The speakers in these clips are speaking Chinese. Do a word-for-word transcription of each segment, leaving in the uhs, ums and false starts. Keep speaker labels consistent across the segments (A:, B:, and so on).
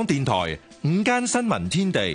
A: 港電台午間新聞天地，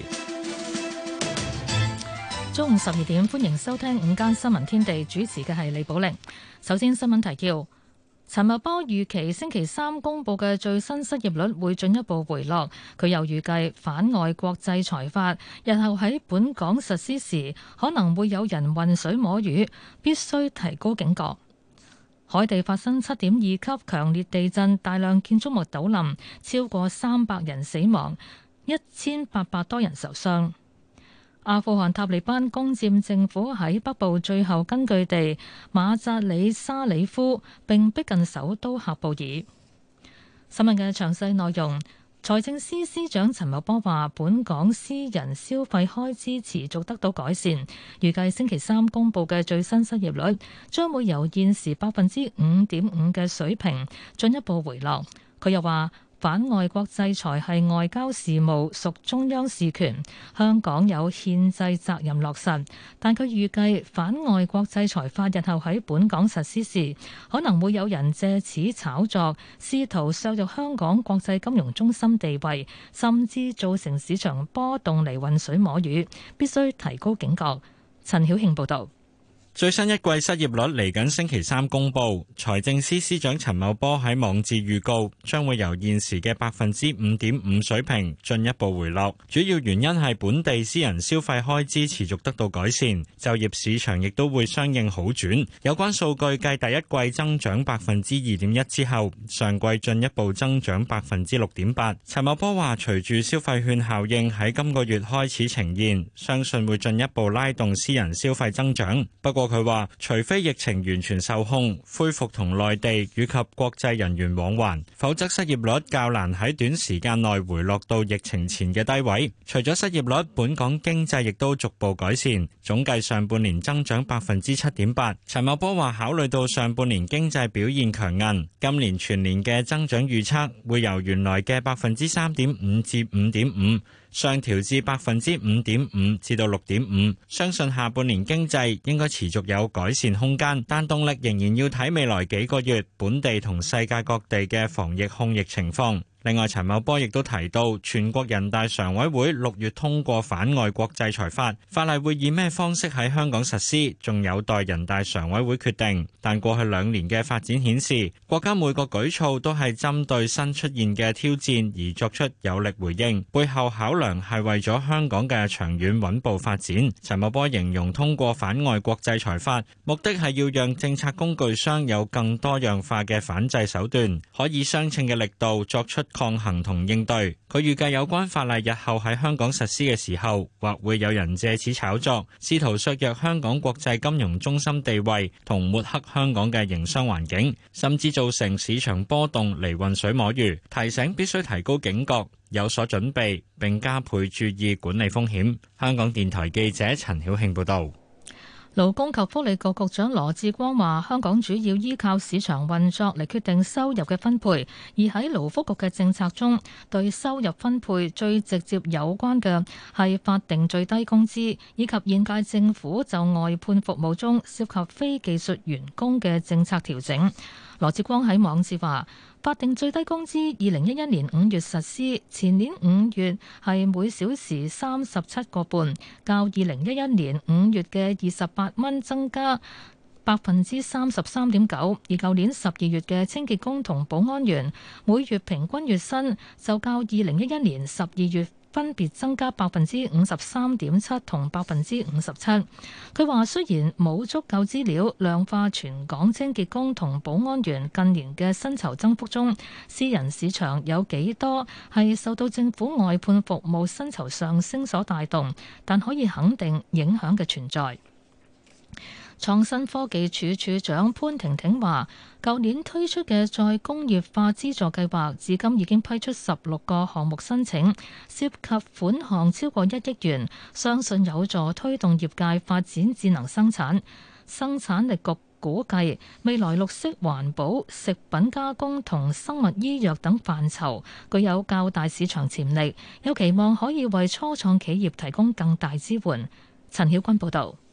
B: 中午十二點，歡迎收聽午間新聞天地，主持嘅係李寶玲。首先新聞提要：陳茂波預期星期三公布嘅最新失業率會進一步回落。佢又預計反外國制裁法日後喺本港實施時，可能會有人渾水摸魚，必須提高警覺。海地發生七點二級強烈地震，大量建築物倒冧，超過三百人死亡，一千八百多人受傷。阿富汗塔利班攻佔政府喺北部最後根據地馬扎里沙里夫，並逼近首都喀布爾。新聞嘅詳細內容。財政司司長陳茂波話，本港私人消費開支持續得到改善，預計星期三公布嘅最新失業率將會由現時百分之五點五嘅水平進一步回落。佢又話，反外國制裁係外交事務，屬中央事權，香港有憲制責任落實。但佢預計反外國制裁法日後喺本港實施時，可能會有人借此炒作，試圖削弱香港國際金融中心地位，甚至造成市場波動嚟渾水摸魚，必須提高警覺。陳曉慶報導。
C: 最新一季失業率嚟緊星期三公布，財政司司長陳茂波喺網誌預告，將會由現時嘅百分之五點五水平進一步回落。主要原因係本地私人消費開支持續得到改善，就業市場亦都會相應好轉。有關數據繼第一季增長百分之二點一之後，上季進一步增長百分之六點八。陳茂波話，隨住消費券效應喺今個月開始呈現，相信會進一步拉動私人消費增長。不過佢話，除非疫情完全受控，恢復同內地以及國際人員往還，否則失業率較難喺短時間內回落到疫情前嘅低位。除咗失業率，本港經濟亦都逐步改善，總計上半年增長百分之七點八。陳茂波話，考慮到上半年經濟表現強硬，今年全年嘅增長預測會由原來嘅百分之三點五至五點五，上調至百分之五點五至到六點五，相信下半年經濟應該持續有改善空間，但動力仍然要睇未來幾個月本地同世界各地嘅防疫控疫情況。另外，陳茂波亦都提到，全國人大常委會六月通過反外國制裁法，法例會以咩方式喺香港實施，仲有待人大常委會決定。但過去兩年嘅發展顯示，國家每個舉措都係針對新出現嘅挑戰而作出有力回應，背後考量係為咗香港嘅長遠穩步發展。陳茂波形容通過反外國制裁法，目的係要讓政策工具箱有更多樣化嘅反制手段，可以相稱嘅力度作出抗衡同應對。佢預計有關法例日後喺香港實施嘅時候，或會有人借此炒作，試圖削弱香港國際金融中心地位同抹黑香港嘅營商環境，甚至造成市場波動嚟渾水摸魚。提醒必須提高警覺，有所準備，並加倍注意管理風險。香港電台記者陳曉慶報導。
B: 勞工及福利局局長羅致光話，香港主要依靠市場運作嚟決定收入嘅分配，而喺勞福局嘅政策中，對收入分配最直接有關嘅係法定最低工資，以及現屆政府就外判服務中涉及非技術員工嘅政策調整。羅致光喺網誌話，法定最低工資二零一一年五月實施，前年五月係每小時三十七個半，較二零一一年五月嘅二十八蚊增加百分之三十三點九，而舊年十二月嘅清潔工同保安員每月平均月薪就較二零一一年十二月分別增加百分之五十三點七同百分之五十七。佢話雖然冇足夠資料量化全港清潔工同保安員近年嘅薪酬增幅中，私人市場有幾多係受到政府外判服務薪酬上升所帶動，但可以肯定影響嘅存在。創新科技署署長潘婷婷話，舊年推出嘅再工業化資助計劃，至今已經批出十六個項目申請，涉及款項超過一億元，相信有助推動業界發展智能生產。生產力局估計，未來綠色環保、食品加工同生物醫藥等範疇具有較大市場潛力，有期望可以為初創企業提供更大支援。陳曉君報導。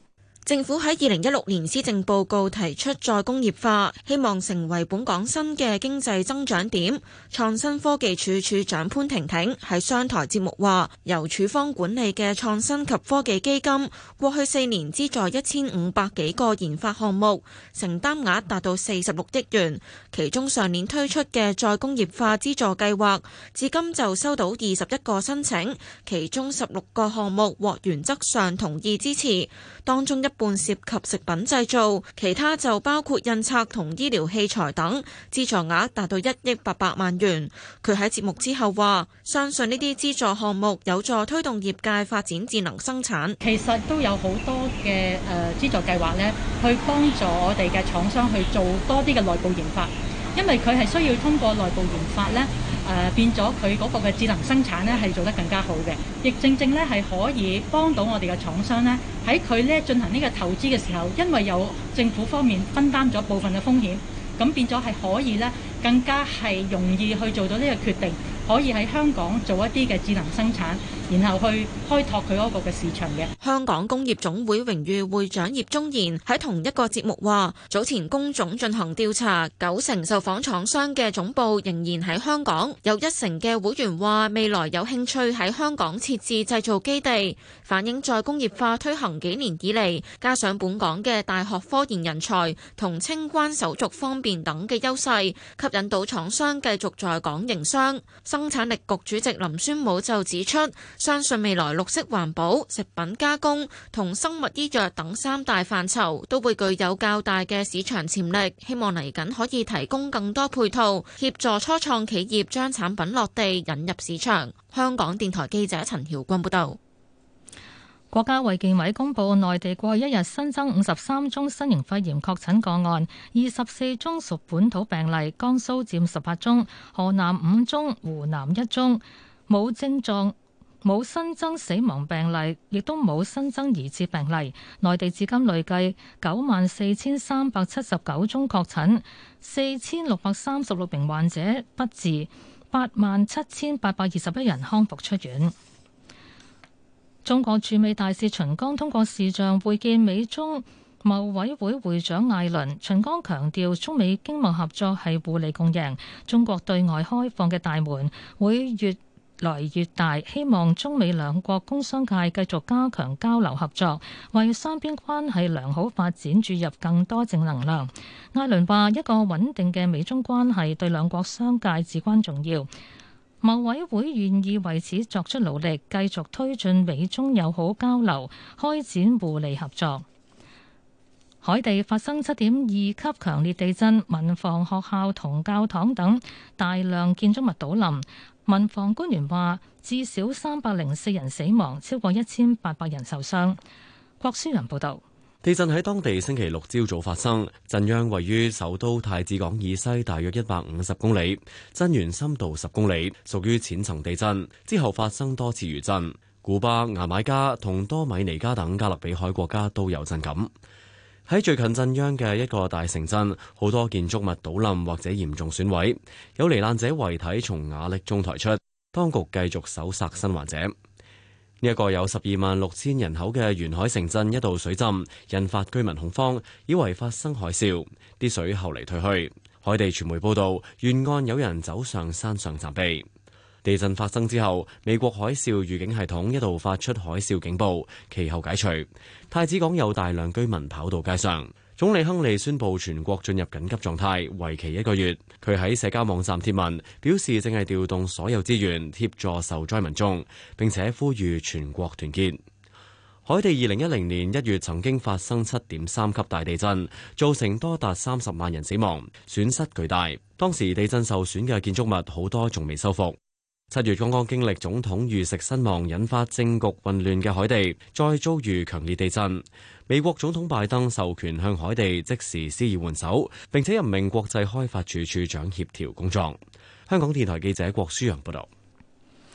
D: 政府喺二零一六年施政報告提出再工業化，希望成為本港新嘅經濟增長點。創新科技署署長潘婷婷喺商台節目話，由署方管理嘅創新及科技基金過去四年資助一千五百幾個研發項目，承擔額達到四十六億元。其中上年推出嘅再工業化資助計劃，至今就收到二十一個申請，其中十六個項目獲原則上同意支持，當中一半涉及食品製造，其他就包括印刷同醫療器材等，資助額達到一億八百萬元。佢喺節目之後話，相信呢啲資助項目有助推動業界發展智能生產。
E: 其實都有好多嘅誒資助計劃咧，去幫助我哋嘅廠商去做多啲嘅內部研發，因為佢係需要通過內部研發咧。誒、呃、變咗佢嗰個嘅智能生產咧係做得更加好嘅，亦正正咧係可以幫到我哋嘅廠商咧喺佢咧進行呢個投資嘅時候，因為有政府方面分擔咗部分嘅風險，咁變咗係可以咧更加係容易去做到呢個決定，可以喺香港做一啲嘅智能生產，然後去開拓佢嗰個嘅市場嘅。
D: 香港工業總會榮譽會長葉忠賢喺同一個節目話，早前工總進行調查，九成受訪廠商嘅總部仍然喺香港，有一成嘅會員話未來有興趣喺香港設置製造基地，反映再工業化推行幾年以嚟，加上本港嘅大學科研人才同清關手續方便等嘅優勢，吸引到廠商繼續在港營商。生產力局主席林宣武就指出，相信未來綠色環保、食品加工同生物醫藥等三大範疇都會具有較大嘅市場潛力，希望嚟緊可以提供更多配套，協助初創企業將產品落地引入市場。香港電台記者陳曉君報道。
B: 國家衛健委公布，內地過去一日新增五十三宗新型肺炎確診個案，二十四宗屬本土病例，江蘇佔十八宗，河南五宗，湖南一宗，冇症狀，冇新增死亡病例，亦都冇新增疑似病例。內地至今累計九萬四千三百七十九宗確診，四千六百三十六名患者不治，八萬七千八百二十一人康復出院。中國駐美大使秦剛通過視像會見美中貿委會會長艾倫。秦剛強調，中美經貿合作係互利共贏，中國對外開放嘅大門會越來越大，希望中美兩國工商界繼續加強交流合作，為雙邊關係良好發展注入更多正能量。艾倫話，一個穩定嘅美中關係對兩國商界至關重要。貿委會願意為此作出努力，繼續推進美中友好交流，開展互利合作。海地發生七點二級強烈地震，民房、學校同教堂等大量建築物倒冧。民防官員話，至少三百零四人死亡，超過一千八百人受傷。郭書人報導。
F: 地震喺當地星期六朝早發生，震央位於首都太子港以西大約一百五十公里，震源深度十公里，屬於淺層地震。之後發生多次餘震，古巴、牙買加同多米尼加等加勒比海國家都有震感。喺最近震央嘅一個大城鎮，好多建築物倒冧或者嚴重損毀，有罹難者遺體從瓦礫中抬出，當局繼續搜索新患者。呢一個有十二萬六千人口嘅沿海城鎮一度水浸，引發居民恐慌，以為發生海嘯，啲水後嚟退去。海地傳媒報道，沿岸有人走上山上暫避。地震發生之後，美國海嘯預警系統一度發出海嘯警報，其後解除。太子港有大量居民跑到街上。總理亨利宣布全國進入緊急狀態，為期一個月。佢喺社交網站貼文，表示正係調動所有資源協助受災民眾，並且呼籲全國團結。海地二零一零年一月曾經發生七點三級大地震，造成多達三十萬人死亡，損失巨大。當時地震受損嘅建築物好多仲未修復。七月剛剛經歷總統遇刺身亡，引發政局混亂嘅海地，再遭遇強烈地震。美國總統拜登授權向海地即時施以援手，並且任命國際開發署署長協調工作。香港電台記者郭舒揚報道。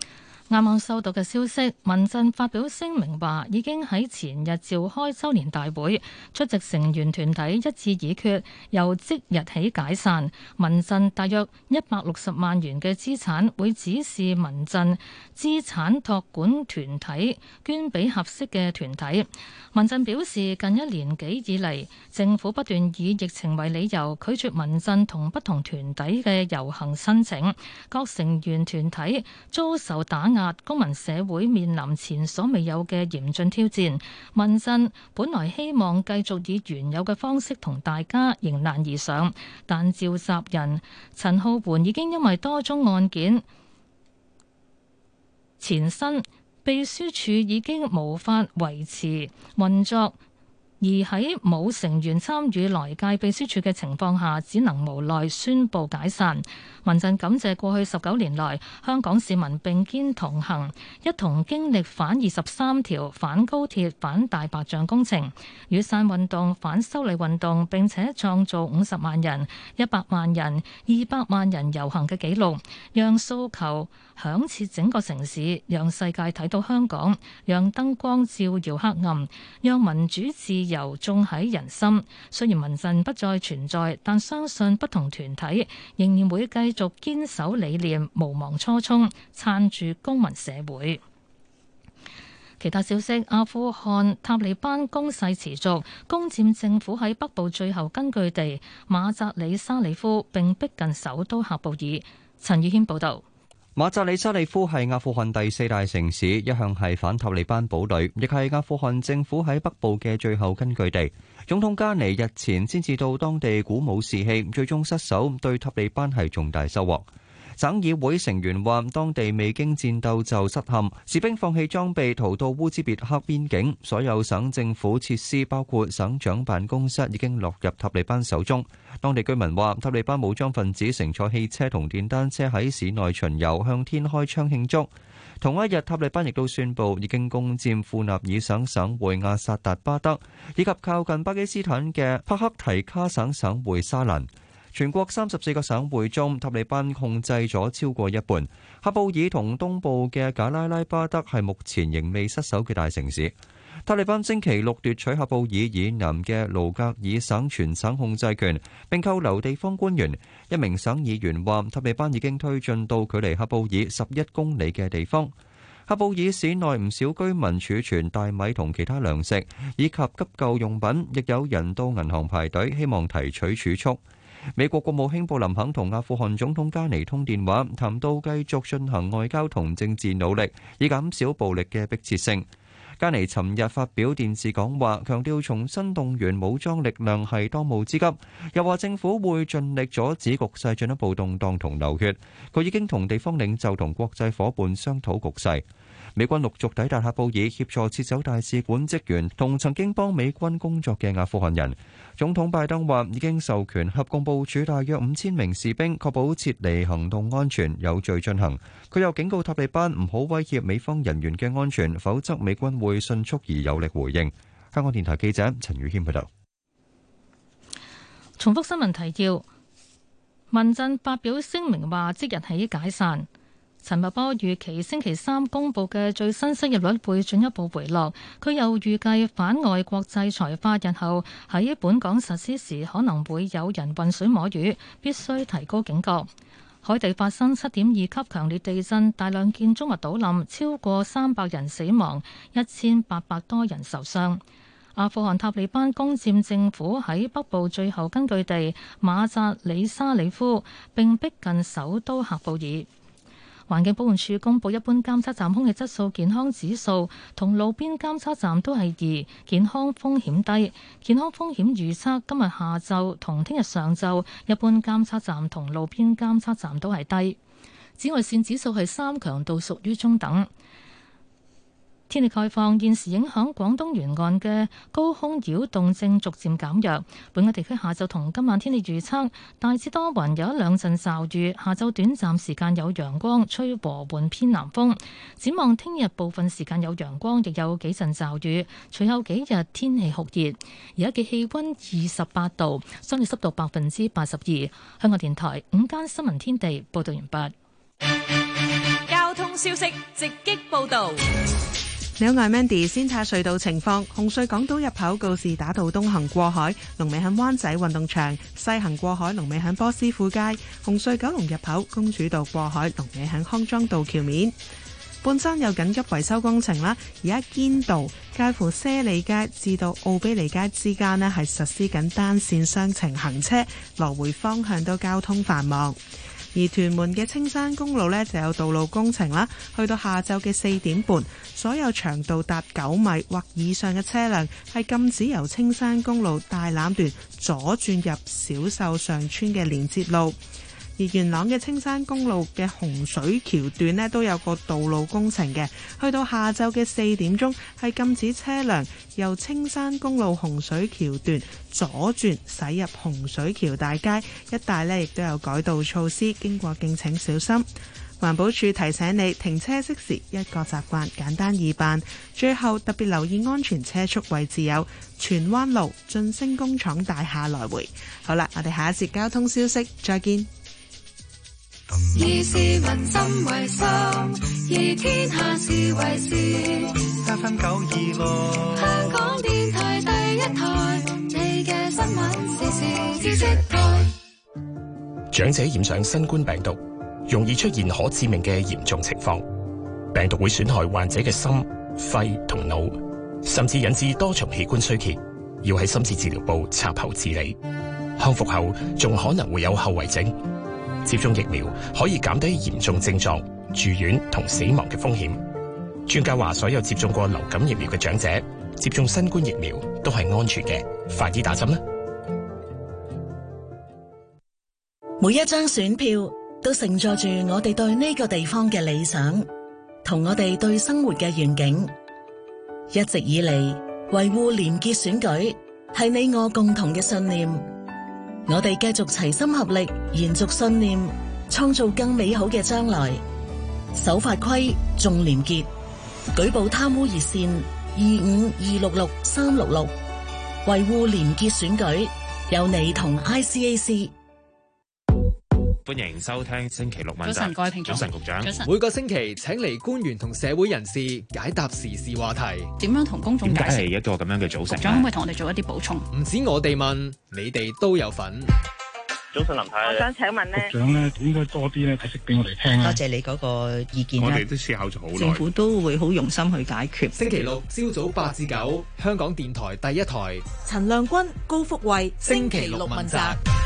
B: 啱啱收到嘅消息，民陣發表聲明話，已經喺前日召開周年大會，出席成員團體一致議決，由即日起解散。民陣大約一百六十萬元嘅資產會指示民陣資產託管團體捐俾合適嘅團體。民陣表示，近一年幾以嚟，政府不斷以疫情為理由拒絕民陣同不同團體嘅遊行申請，各成員團體遭受打壓。公民社會面臨前所未有嘅嚴峻挑戰，民陣本來希望繼續以原有嘅方式同大家迎難而上，但召集人陳浩桓已經因為多宗案件纏身，秘書處已經無法維持運作。而喺冇成員參與來屆秘書處嘅情況下，只能無奈宣布解散。民陣感謝過去十九年來香港市民並肩同行，一同經歷反二十三條、反高鐵、反大白象工程、雨傘運動、反修例運動，並且創造五十萬人、一百萬人、二百萬人遊行嘅紀錄，讓訴求響徹整個城市，讓世界睇到香港，讓燈光照耀黑暗，讓民主自由種喺人心。雖然民陣不再存在，但相信不同團體仍然會繼續堅守理念，無忘初衷，撐住公民社會。其他消息，阿富汗塔利班攻勢持續，攻佔政府喺北部最後根據地馬扎里沙里夫，並逼近首都喀布爾。陳宇軒報導。
G: 馬扎里沙里夫係阿富汗第四大城市，一向係反塔利班堡壘，亦係阿富汗政府喺北部嘅最後根據地。總統加尼日前先至到當地鼓舞士氣，最終失守，對塔利班係重大收穫。省議會成員話，當地未經戰鬥就失陷，士兵放棄裝備逃到烏茲別克邊境，所有省政府設施包括省長辦公室已經落入塔利班手中。當地居民話，塔利班武裝分子乘坐汽車同電單車喺市內巡遊，向天開槍慶祝。同一日，塔利班亦都宣布已經攻佔庫納爾省省會阿薩達巴德，以及靠近巴基斯坦嘅帕克提卡省省會沙蘭。全國三十四個省會中，塔利班控制咗超過一半。喀布爾同東部嘅賈拉拉巴德係目前仍未失守嘅大城市。塔利班星期六奪取喀布爾以南嘅盧格爾省全省控制權，並扣留地方官員。一名省議員話，塔利班已經推進到距離喀布爾十一公里嘅地方。喀布爾市內唔少居民儲存大米同其他糧食，以及急救用品，亦有人到銀行排隊，希望提取儲蓄。美國國務卿布林肯同阿富汗總統加尼通電話，談到繼續進行外交同政治努力，以減少暴力嘅迫切性。加尼尋日發表電視講話，強調重新動員武裝力量係當務之急，又話政府會盡力阻止局勢進一步動盪同流血。佢已經同地方領袖同國際夥伴商討局勢。美軍陸續抵達喀布爾，協助撤走大使館職員同曾經幫美軍工作嘅阿富汗人。總統拜登話已經授權合共部署大約五千名士兵，確保撤離行動安全有序進行。佢又警告塔利班唔好威脅美方人員嘅安全，否則美軍會迅速而有力回應。香港電台記者陳宇謙報道。
B: 重複新聞提要：民陣發表聲明話即日起解散。陳茂波預期星期三公佈嘅最新失業率會進一步回落。佢又預計反外國制裁法日後喺本港實施時，可能會有人混水摸魚，必須提高警覺。海地發生七點二級強烈地震，大量建築物倒冧，超過三百人死亡，一千八百多人受傷。阿富汗塔利班攻佔政府喺北部最後根據地馬扎里沙里夫，並逼近首都喀布爾。環境保護署公布，一般監測站空氣質素健康指數同路邊監測站都係二，健康風險低。健康風險預測今日下晝同聽日上晝，一般監測站同路邊監測站都係低。紫外線指數係三，強度屬於中等。天氣概況，現時影響廣東沿岸嘅高空擾動正逐漸減弱。本港地區下晝同今晚天氣預測大致多雲，有一兩陣驟雨。下晝短暫時間有陽光，吹和緩偏南風。展望聽日部分時間有陽光，亦有幾陣驟雨。隨後幾日天氣酷熱。而家嘅氣溫二十八度，相對濕度百分之八十二。香港電台午間新聞天地報道完畢。
H: 交通消息直擊報導。
I: 你好，我係 Mandy。先睇隧道情況，紅隧港島入口告士打道東行過海，龍尾喺灣仔運動場；西行過海，龍尾喺波斯富街。紅隧九龍入口公主道過海，龍尾喺康莊道橋面。半山有緊急維修工程啦，而家堅道介乎瀉利街至到奧卑利街之間呢係實施緊單線雙程行車，來回方向都交通繁忙。而屯門嘅青山公路呢就有道路工程啦，去到下晝嘅四點半，所有長度達九米或以上嘅車輛係禁止由青山公路大欖段左轉入小秀上村嘅連接路。而元朗嘅青山公路嘅洪水橋段呢都有個道路工程嘅，去到下晝嘅四點鐘係禁止車輛由青山公路洪水橋段左轉駛入洪水橋大街一帶呢，亦都有改道措施，經過敬請小心。環保署提醒你停車熄匙一個習慣，簡單易辦。最後特別留意安全車速位置有荃灣路、晉升工廠大廈來回。好啦，我哋下一節交通消息再見。
J: 以市民心為心，以天下事為事。三分九二六，香港電台第一台，你嘅新聞時事知識台。
K: 長者染上新冠病毒，容易出現可致命嘅嚴重情況。病毒會損害患者嘅心、肺同腦，甚至引致多重器官衰竭，要喺深切治療部插喉治理。康復後仲可能會有後遺症。接種疫苗可以減低嚴重症狀、住院同死亡嘅風險。專家話，所有接種過流感疫苗嘅長者接種新冠疫苗都係安全嘅，快啲打針啦！
L: 每一張選票都承載住我哋對呢個地方嘅理想，同我哋對生活嘅願景。一直以嚟，維護廉潔選舉係你我共同嘅信念。我哋繼續齊心合力，延續信念，創造更美好嘅將來。守法規，重廉潔，舉報貪污熱線二五二六六三六六，維護廉潔選舉，有你同 I C A C。
M: 歡迎收聽星期六問責。
E: 早晨，各位聽眾。
M: 早晨，局長。
N: 每個星期請嚟官員同社會人士解答時事話題。
E: 點樣同公眾解釋？
M: 點解係一個咁樣嘅組成？
E: 局長可唔可以同我哋做一啲補充？
N: 唔止我哋問，你哋都有份。
O: 早晨，林太。我想請問呢，
P: 局長咧應該多啲咧解釋俾我哋聽。
Q: 多謝你嗰個意見。
P: 我哋都思考咗好耐。
Q: 政府都會好用心去解決。
N: 星期六朝早八至九，香港電台第一台。
R: 陳亮君、高福慧，
N: 星期六問責。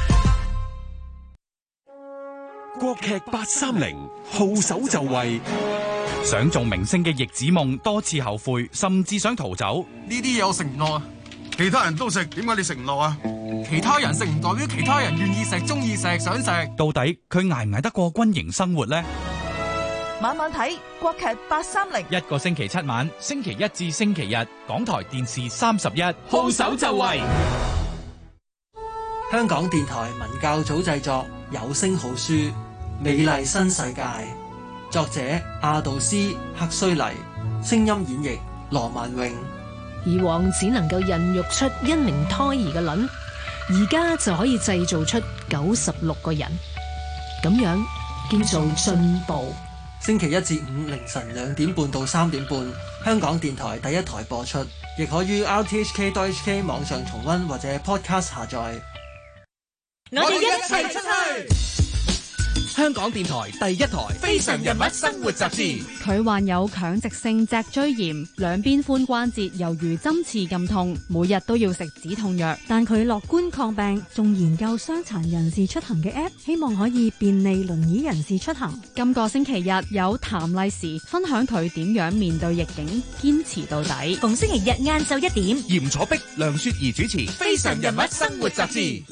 A: 國劇八三零，號手就位。
S: 想做明星嘅易子夢多次後悔，甚至想逃走。
T: 呢啲嘢我食唔落啊！其他人都食，點解你食唔落啊？其他人食唔代表其他人願意食、中意食、想食。
S: 到底佢捱唔捱得過軍營生活呢？
R: 晚晚睇國劇八三零，
S: 一個星期七晚，星期一至星期日，港台電視三十一，
N: 號手就位。香港電台文教組製作有聲好書《美麗新世界》，作者阿道斯·赫胥黎，聲音演繹羅萬詠。
U: 以往只能夠孕育出一名胎兒嘅卵，而家就可以製造出九十六個人，咁樣叫做進步。
N: 星期一至五凌晨兩點半到三點半，香港電台第一台播出，亦可於 R T H K dot H K 網上重溫或者 Podcast 下載。
J: 我哋一齊出去！
N: 香港電台第一台《非常人物生活雜誌》。
V: 佢患有強直性脊椎炎，兩邊髖關節猶如針刺咁痛，每日都要食止痛藥。
W: 但佢樂觀抗病，仲研究傷殘人士出行嘅 App， 希望可以便利輪椅人士出行。
V: 今個星期日有譚麗時分享佢點樣面對逆境，堅持到底。
R: 逢星期日晏晝一點，
S: 嚴楚碧、梁雪兒主持《
J: 非常人物生活雜誌》。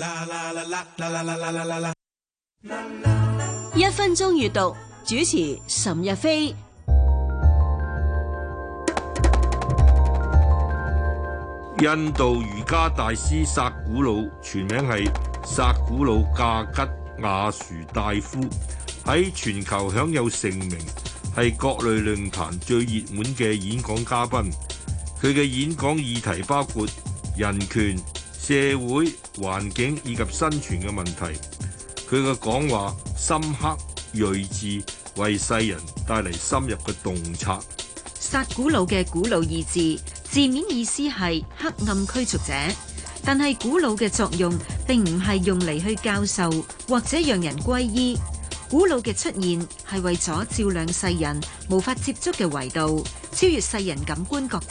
H: 一分鐘閱讀，主持岑日飛。
X: 印度瑜伽大師薩古魯，全名係薩古魯架吉亞殊大夫，喺全球享有盛名，係各類論壇最熱門嘅演講嘉賓。佢嘅演講議題包括人權、社會、環境以及生存嘅問題。佢嘅講話深刻、睿智， 為世人帶嚟深入嘅洞察。
C: 薩古魯嘅古魯二字，字面意思係黑暗驅逐者，但係古魯嘅作用並唔係用嚟去教授或者讓人歸依。古魯嘅出現係為咗照亮世人無法接觸嘅維度，超越世人感官覺知。